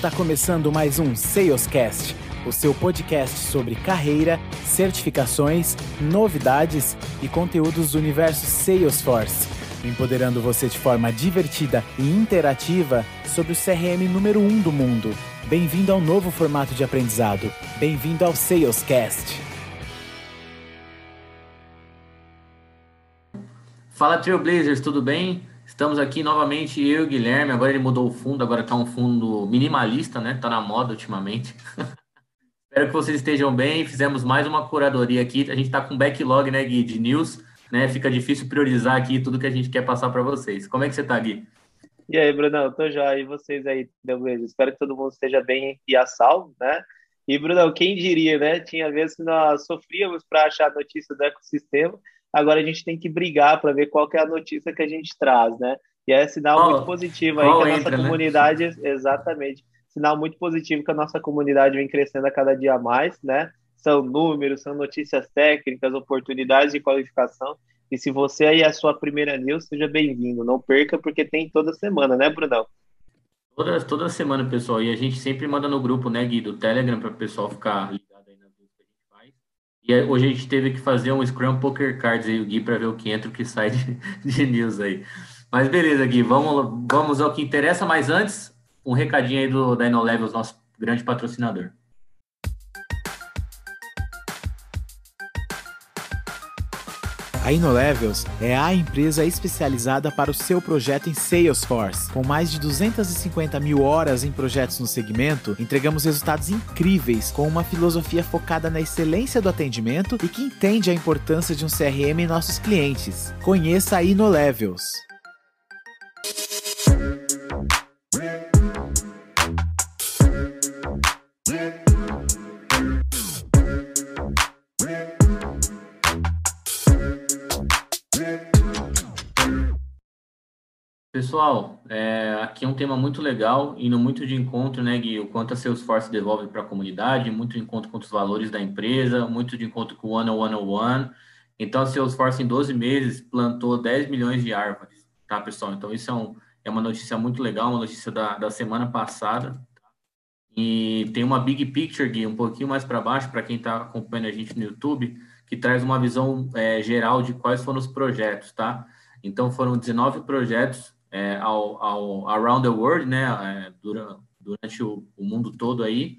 Está começando mais um Salescast, o seu podcast sobre carreira, certificações, novidades e conteúdos do universo Salesforce, empoderando você de forma divertida e interativa sobre o CRM número 1 do mundo. Bem-vindo ao novo formato de aprendizado. Bem-vindo ao Salescast. Fala Trailblazers, tudo bem? Estamos aqui novamente, eu e o Guilherme. Agora ele mudou o fundo, agora tá um fundo minimalista, né? Tá na moda ultimamente. Espero que vocês estejam bem. Fizemos mais uma curadoria aqui. A gente tá com backlog, né, Gui, de news, né? Fica difícil priorizar aqui tudo que a gente quer passar para vocês. Como é que você tá, Gui? E aí, Brunão, tô já. E vocês aí, beleza? Espero que todo mundo esteja bem e a salvo, né? E, Brunão, quem diria, né? Tinha vezes que nós sofríamos para achar notícia do ecossistema, agora a gente tem que brigar para ver qual que é a notícia que a gente traz, né? E é sinal muito Qual, positivo aí que qual a nossa entra, né? comunidade, exatamente, sinal muito positivo que a nossa comunidade vem crescendo a cada dia mais, né? São números, são notícias técnicas, oportunidades de qualificação. E se você aí é a sua primeira news, seja bem-vindo. Não perca, porque tem toda semana, né, Brunão? Toda semana, pessoal. E a gente sempre manda no grupo, né, Gui, do Telegram, para o pessoal ficar ligado aí nas coisas que a gente faz. E aí, hoje a gente teve que fazer um Scrum Poker Cards aí, o Gui, para ver o que entra e o que sai de news aí. Mas beleza, Gui, vamos ao que interessa. Mas antes, um recadinho aí da InnoLevels, nosso grande patrocinador. A InnoLevels é a empresa especializada para o seu projeto em Salesforce. Com mais de 250 mil horas em projetos no segmento, entregamos resultados incríveis com uma filosofia focada na excelência do atendimento e que entende a importância de um CRM em nossos clientes. Conheça a InnoLevels. Pessoal, aqui é um tema muito legal, indo muito de encontro, né, Gui, o quanto a Salesforce devolve para a comunidade, muito de encontro com os valores da empresa, muito de encontro com o One on One on One. Então, a Salesforce, em 12 meses, plantou 10 milhões de árvores, tá, pessoal? Então, isso é uma notícia muito legal, uma notícia da semana passada. E tem uma big picture, Gui, um pouquinho mais para baixo, para quem está acompanhando a gente no YouTube, que traz uma visão geral de quais foram os projetos, tá? Então, foram 19 projetos around the world, né? Durante o mundo todo aí.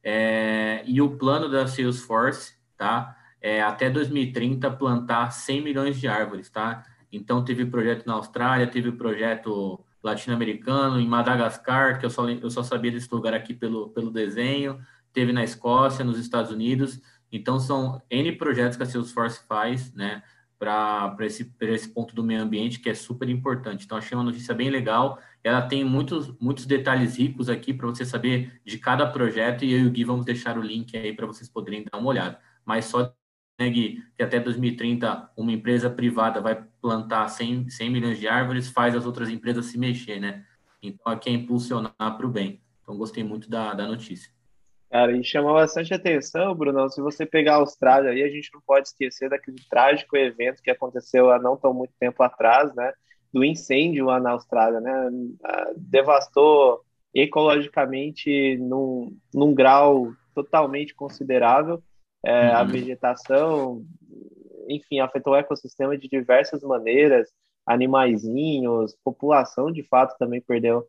E o plano da Salesforce, tá? Até 2030 plantar 100 milhões de árvores, tá? Então, teve projeto na Austrália, teve projeto latino-americano, em Madagascar, que eu só sabia desse lugar aqui pelo desenho, teve na Escócia, nos Estados Unidos. Então, são N projetos que a Salesforce faz, né, para esse ponto do meio ambiente, que é super importante. Então, achei uma notícia bem legal. Ela tem muitos detalhes ricos aqui para você saber de cada projeto, e eu e o Gui vamos deixar o link aí para vocês poderem dar uma olhada. Mas só, né, Gui, que até 2030 uma empresa privada vai plantar 100 milhões de árvores, faz as outras empresas se mexer, né? Então, aqui é impulsionar para o bem. Então, gostei muito da notícia. Cara, e chama bastante atenção, Bruno. Se você pegar a Austrália aí, a gente não pode esquecer daquele trágico evento que aconteceu há não tão muito tempo atrás, né? Do incêndio lá na Austrália, né? Devastou ecologicamente num grau totalmente considerável a Uhum. vegetação, enfim, afetou o ecossistema de diversas maneiras, animaizinhos, população de fato também perdeu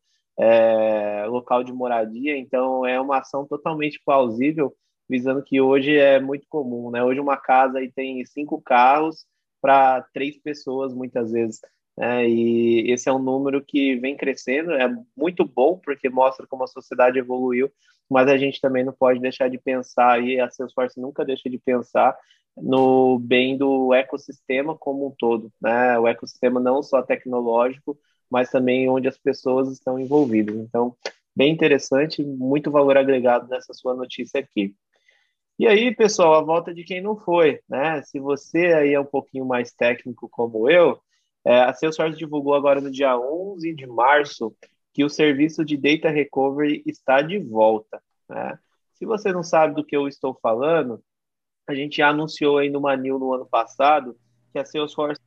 local de moradia, então é uma ação totalmente plausível, visando que hoje é muito comum, né? Hoje uma casa aí tem 5 carros para 3 pessoas, muitas vezes, né? E esse é um número que vem crescendo, é muito bom, porque mostra como a sociedade evoluiu, mas a gente também não pode deixar de pensar, e a Salesforce nunca deixa de pensar no bem do ecossistema como um todo, né? O ecossistema não só tecnológico, mas também onde as pessoas estão envolvidas. Então, bem interessante, muito valor agregado nessa sua notícia aqui. E aí, pessoal, a volta de quem não foi, né? Se você aí é um pouquinho mais técnico como eu, a Salesforce divulgou agora no dia 11 de março que o serviço de Data Recovery está de volta, né? Se você não sabe do que eu estou falando, a gente já anunciou aí no Manil no ano passado que a Salesforce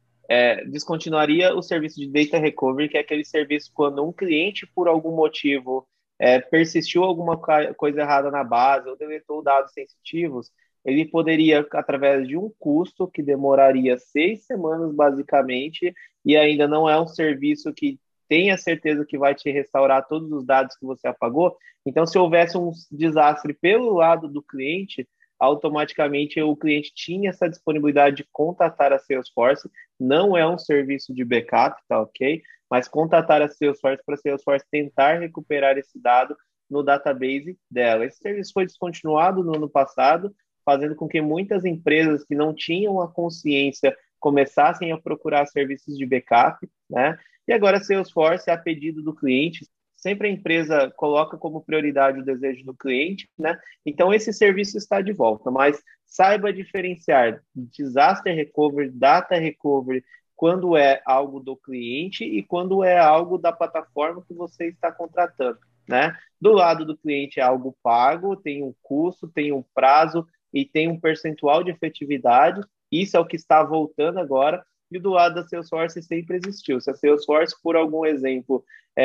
descontinuaria o serviço de Data Recovery, que é aquele serviço quando um cliente, por algum motivo, persistiu alguma coisa errada na base ou deletou dados sensitivos, ele poderia, através de um custo que demoraria 6 semanas, basicamente, e ainda não é um serviço que tenha certeza que vai te restaurar todos os dados que você apagou. Então, se houvesse um desastre pelo lado do cliente, automaticamente o cliente tinha essa disponibilidade de contatar a Salesforce. Não é um serviço de backup, tá ok? Mas contatar a Salesforce para a Salesforce tentar recuperar esse dado no database dela. Esse serviço foi descontinuado no ano passado, fazendo com que muitas empresas que não tinham a consciência começassem a procurar serviços de backup, né? E agora a Salesforce, a pedido do cliente, sempre a empresa coloca como prioridade o desejo do cliente, né? Então esse serviço está de volta, mas saiba diferenciar disaster recovery, data recovery, quando é algo do cliente e quando é algo da plataforma que você está contratando, né? Do lado do cliente é algo pago, tem um custo, tem um prazo e tem um percentual de efetividade. Isso é o que está voltando agora. E do lado da Salesforce sempre existiu. Se a Salesforce, por algum exemplo,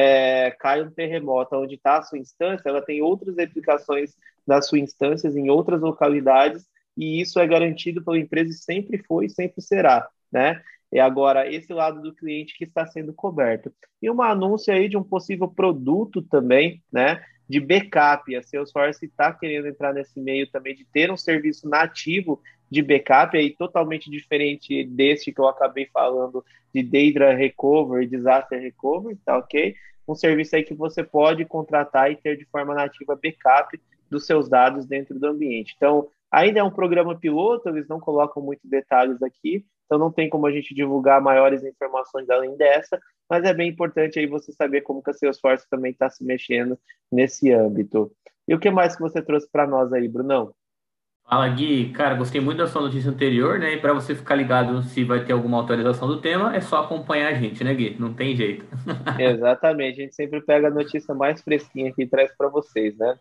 cai um terremoto onde está a sua instância, ela tem outras aplicações das suas instâncias em outras localidades, e isso é garantido pela empresa e sempre foi e sempre será, né? E agora, esse lado do cliente que está sendo coberto. E uma anúncio aí de um possível produto também, né? De backup. A Salesforce está querendo entrar nesse meio também de ter um serviço nativo de backup, aí totalmente diferente deste que eu acabei falando de Data Recovery, Disaster Recovery, tá ok? Um serviço aí que você pode contratar e ter de forma nativa backup dos seus dados dentro do ambiente. Então, ainda é um programa piloto, eles não colocam muitos detalhes aqui, então não tem como a gente divulgar maiores informações além dessa, mas é bem importante aí você saber como que a Salesforce também está se mexendo nesse âmbito. E o que mais que você trouxe para nós aí, Brunão? Fala, Gui. Cara, gostei muito da sua notícia anterior, né? E para você ficar ligado se vai ter alguma atualização do tema, é só acompanhar a gente, né, Gui? Não tem jeito. Exatamente, a gente sempre pega a notícia mais fresquinha aqui e traz para vocês, né?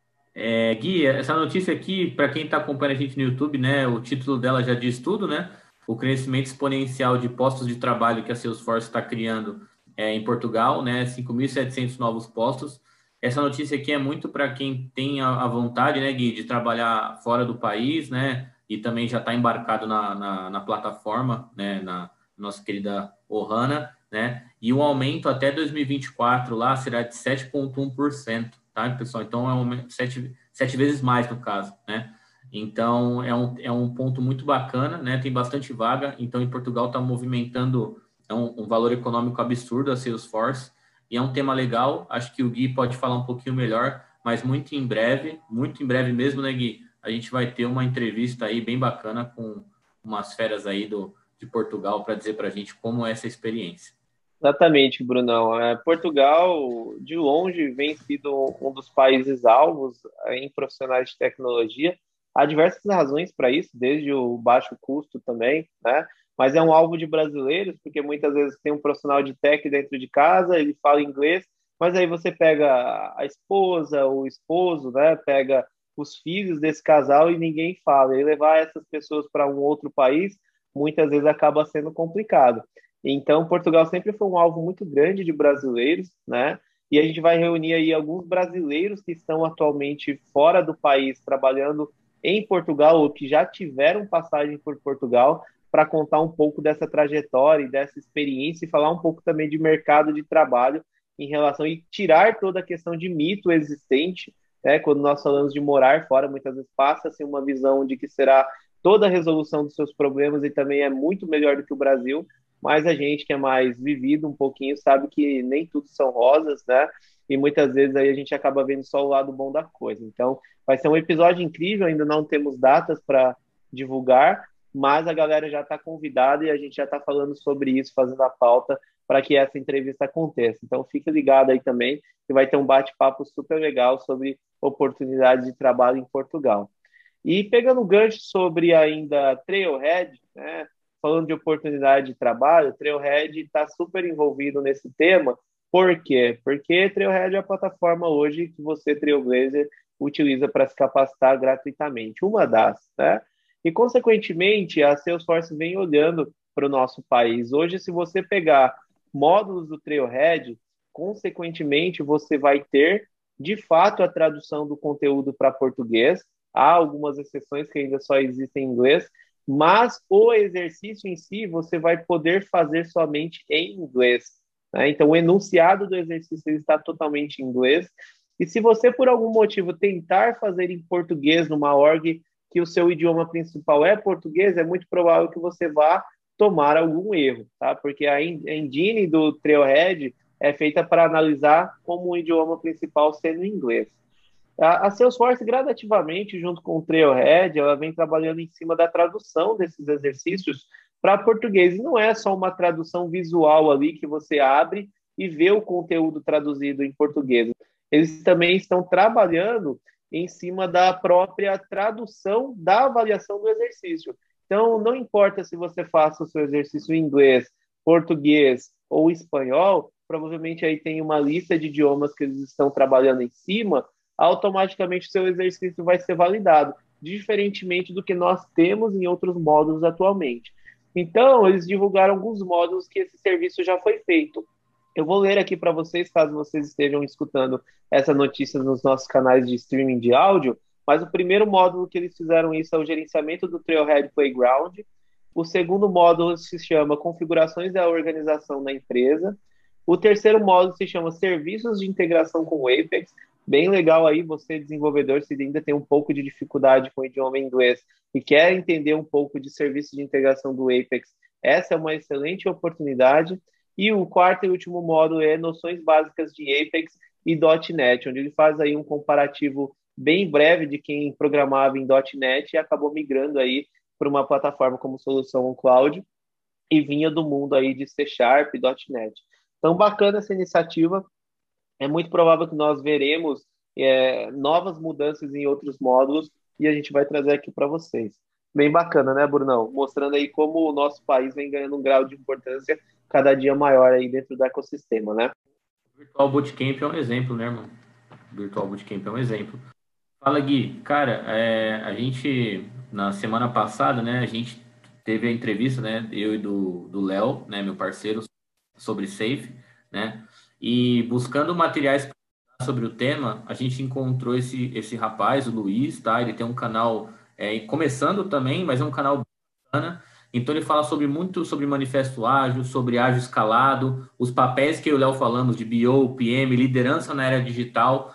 Gui, essa notícia aqui, para quem está acompanhando a gente no YouTube, né? O título dela já diz tudo, né? O crescimento exponencial de postos de trabalho que a Salesforce está criando em Portugal, né? 5.700 novos postos. Essa notícia aqui é muito para quem tem a vontade, né, Gui, de trabalhar fora do país, né? E também já está embarcado na plataforma, né? Na nossa querida Ohana, né? E o aumento até 2024 lá será de 7,1%, tá, pessoal? Então é sete vezes mais no caso, né? Então é um ponto muito bacana, né? Tem bastante vaga. Então em Portugal está movimentando um valor econômico absurdo a Salesforce e é um tema legal. Acho que o Gui pode falar um pouquinho melhor, mas muito em breve mesmo, né, Gui? A gente vai ter uma entrevista aí bem bacana com umas feras aí de Portugal para dizer para a gente como é essa experiência. Exatamente, Brunão. Portugal, de longe, vem sido um dos países alvos em profissionais de tecnologia. Há diversas razões para isso, desde o baixo custo também, né? Mas é um alvo de brasileiros, porque muitas vezes tem um profissional de tech dentro de casa, ele fala inglês, mas aí você pega a esposa, o esposo, né? Pega os filhos desse casal e ninguém fala. E levar essas pessoas para um outro país, muitas vezes acaba sendo complicado. Então, Portugal sempre foi um alvo muito grande de brasileiros, né? E a gente vai reunir aí alguns brasileiros que estão atualmente fora do país, trabalhando em Portugal ou que já tiveram passagem por Portugal, para contar um pouco dessa trajetória e dessa experiência e falar um pouco também de mercado de trabalho em relação e tirar toda a questão de mito existente, né? Quando nós falamos de morar fora, muitas vezes passa-se uma visão de que será toda a resolução dos seus problemas e também é muito melhor do que o Brasil, mas a gente que é mais vivido um pouquinho sabe que nem tudo são rosas, né? E muitas vezes aí a gente acaba vendo só o lado bom da coisa. Então, vai ser um episódio incrível, ainda não temos datas para divulgar, mas a galera já está convidada e a gente já está falando sobre isso, fazendo a pauta para que essa entrevista aconteça. Então, fique ligado aí também, que vai ter um bate-papo super legal sobre oportunidades de trabalho em Portugal. E pegando o gancho sobre ainda Trailhead, né? Falando de oportunidade de trabalho, Trailhead está super envolvido nesse tema. Por quê? Porque Trailhead é a plataforma hoje que você, Trailblazer, utiliza para se capacitar gratuitamente. Uma das, né? E, consequentemente, a Salesforce vem olhando para o nosso país. Hoje, se você pegar módulos do Trailhead, consequentemente, você vai ter de fato, a tradução do conteúdo para português. Há algumas exceções que ainda só existem em inglês, mas o exercício em si você vai poder fazer somente em inglês, né? Então, o enunciado do exercício está totalmente em inglês. E se você, por algum motivo, tentar fazer em português numa org que o seu idioma principal é português, é muito provável que você vá tomar algum erro, tá? Porque a engine do Trailhead é feita para analisar como o idioma principal sendo inglês. A Salesforce, gradativamente, junto com o Trailhead, ela vem trabalhando em cima da tradução desses exercícios para português. E não é só uma tradução visual ali que você abre e vê o conteúdo traduzido em português. Eles também estão trabalhando em cima da própria tradução da avaliação do exercício. Então, não importa se você faça o seu exercício em inglês, português ou espanhol, provavelmente aí tem uma lista de idiomas que eles estão trabalhando em cima, automaticamente o seu exercício vai ser validado, diferentemente do que nós temos em outros módulos atualmente. Então, eles divulgaram alguns módulos que esse serviço já foi feito. Eu vou ler aqui para vocês, caso vocês estejam escutando essa notícia nos nossos canais de streaming de áudio, mas o primeiro módulo que eles fizeram isso é o gerenciamento do Trailhead Playground. O segundo módulo se chama Configurações da Organização na Empresa. O terceiro módulo se chama Serviços de Integração com o Apex. Bem legal aí, você desenvolvedor, se ainda tem um pouco de dificuldade com o idioma inglês e quer entender um pouco de serviços de integração do Apex, essa é uma excelente oportunidade. E o quarto e último módulo é Noções Básicas de Apex e .NET, onde ele faz aí um comparativo bem breve de quem programava em .NET e acabou migrando aí para uma plataforma como solução cloud e vinha do mundo aí de C# e .NET. Então, bacana essa iniciativa. É muito provável que nós veremos novas mudanças em outros módulos e a gente vai trazer aqui para vocês. Bem bacana, né, Brunão? Mostrando aí como o nosso país vem ganhando um grau de importância cada dia maior aí dentro do ecossistema, né? O Virtual Bootcamp é um exemplo, né, irmão? O Virtual Bootcamp é um exemplo. Fala, Gui. Cara, a gente, na semana passada, né, a gente teve a entrevista, né, eu e do Léo, né, meu parceiro, sobre Safe, né, e buscando materiais sobre o tema, a gente encontrou esse rapaz, o Luiz, tá? Ele tem um canal, começando também, mas é um canal bacana. Então ele fala muito sobre manifesto ágil, sobre ágil escalado, os papéis que eu e o Léo falamos de BO, PM, liderança na era digital.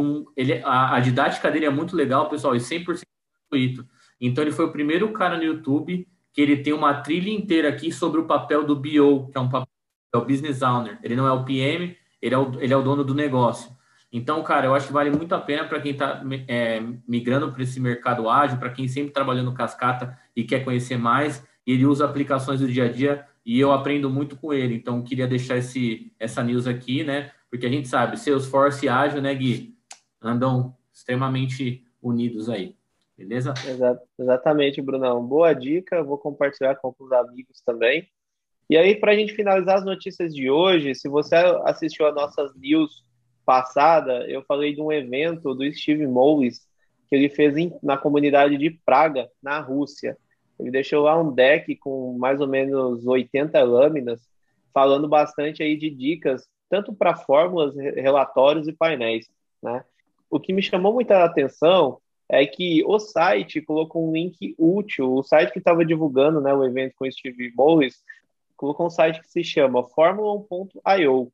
A didática dele é muito legal, pessoal, e 100% gratuito. Então ele foi o primeiro cara no YouTube que ele tem uma trilha inteira aqui sobre o papel do BO, que é é o Business Owner. Ele não é o PM, ele é o dono do negócio. Então, cara, eu acho que vale muito a pena para quem está migrando para esse mercado ágil, para quem sempre trabalhou no Cascata e quer conhecer mais. Ele usa aplicações do dia a dia e eu aprendo muito com ele. Então, queria deixar essa news aqui, né? Porque a gente sabe, Salesforce e ágil, né, Gui? Andam extremamente unidos aí. Beleza? Exatamente, Brunão. Boa dica, vou compartilhar com os amigos também. E aí, para a gente finalizar as notícias de hoje, se você assistiu a nossas news passada, eu falei de um evento do Steve Mollis que ele fez na comunidade de Praga, na Rússia. Ele deixou lá um deck com mais ou menos 80 lâminas, falando bastante aí de dicas, tanto para fórmulas, relatórios e painéis, né? O que me chamou muita atenção é que o site colocou um link útil, o site que estava divulgando, né, o evento com o Steve Mollis, colocou um site que se chama Formula1.io.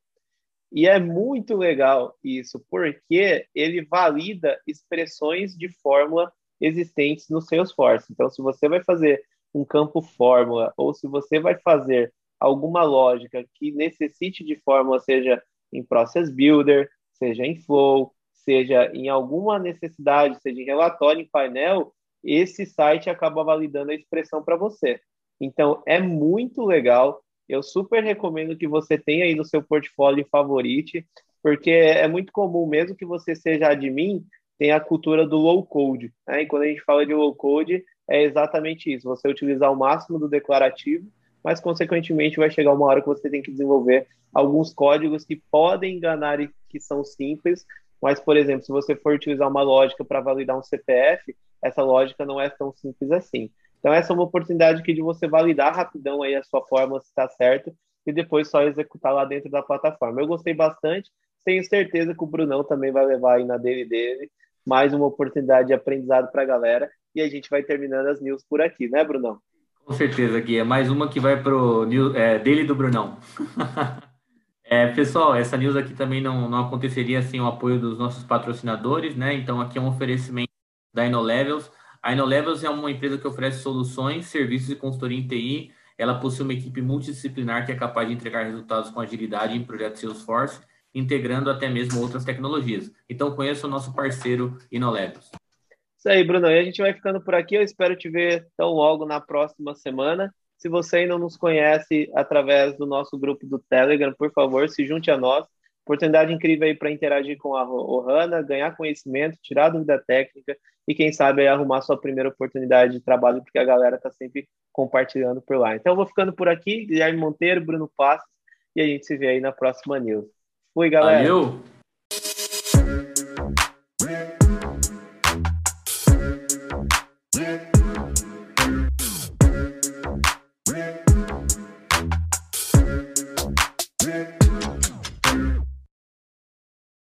E é muito legal isso, porque ele valida expressões de fórmula existentes no Salesforce. Então, se você vai fazer um campo fórmula, ou se você vai fazer alguma lógica que necessite de fórmula, seja em Process Builder, seja em Flow, seja em alguma necessidade, seja em relatório, em painel, esse site acaba validando a expressão para você. Então, é muito legal. Eu super recomendo que você tenha aí no seu portfólio favorite, porque é muito comum, mesmo que você seja admin, tem a cultura do low code, né? E quando a gente fala de low code, é exatamente isso, você utilizar o máximo do declarativo, mas consequentemente vai chegar uma hora que você tem que desenvolver alguns códigos que podem enganar e que são simples, mas, por exemplo, se você for utilizar uma lógica para validar um CPF, essa lógica não é tão simples assim. Então, essa é uma oportunidade aqui de você validar rapidão aí a sua fórmula, se está certo, e depois só executar lá dentro da plataforma. Eu gostei bastante. tenho certeza que o Brunão também vai levar aí na dele mais uma oportunidade de aprendizado para a galera. E a gente vai terminando as news por aqui, né, Brunão? Com certeza, Gui. É mais uma que vai pro dele do Brunão. Pessoal, essa news aqui também não aconteceria sem o apoio dos nossos patrocinadores, né? Então, aqui é um oferecimento da InnoLevels. A InnoLevels é uma empresa que oferece soluções, serviços e consultoria em TI. Ela possui uma equipe multidisciplinar que é capaz de entregar resultados com agilidade em projetos Salesforce, integrando até mesmo outras tecnologias. Então, conheça o nosso parceiro InnoLevels. Isso aí, Bruno. E a gente vai ficando por aqui. Eu espero te ver tão logo na próxima semana. Se você ainda não nos conhece através do nosso grupo do Telegram, por favor, se junte a nós. Oportunidade incrível aí para interagir com a Ohana, ganhar conhecimento, tirar dúvida técnica e, quem sabe, arrumar sua primeira oportunidade de trabalho, porque a galera está sempre compartilhando por lá. Então, eu vou ficando por aqui. Guilherme Monteiro, Bruno Passos, e a gente se vê aí na próxima news. Fui, galera! Valeu! Yeah.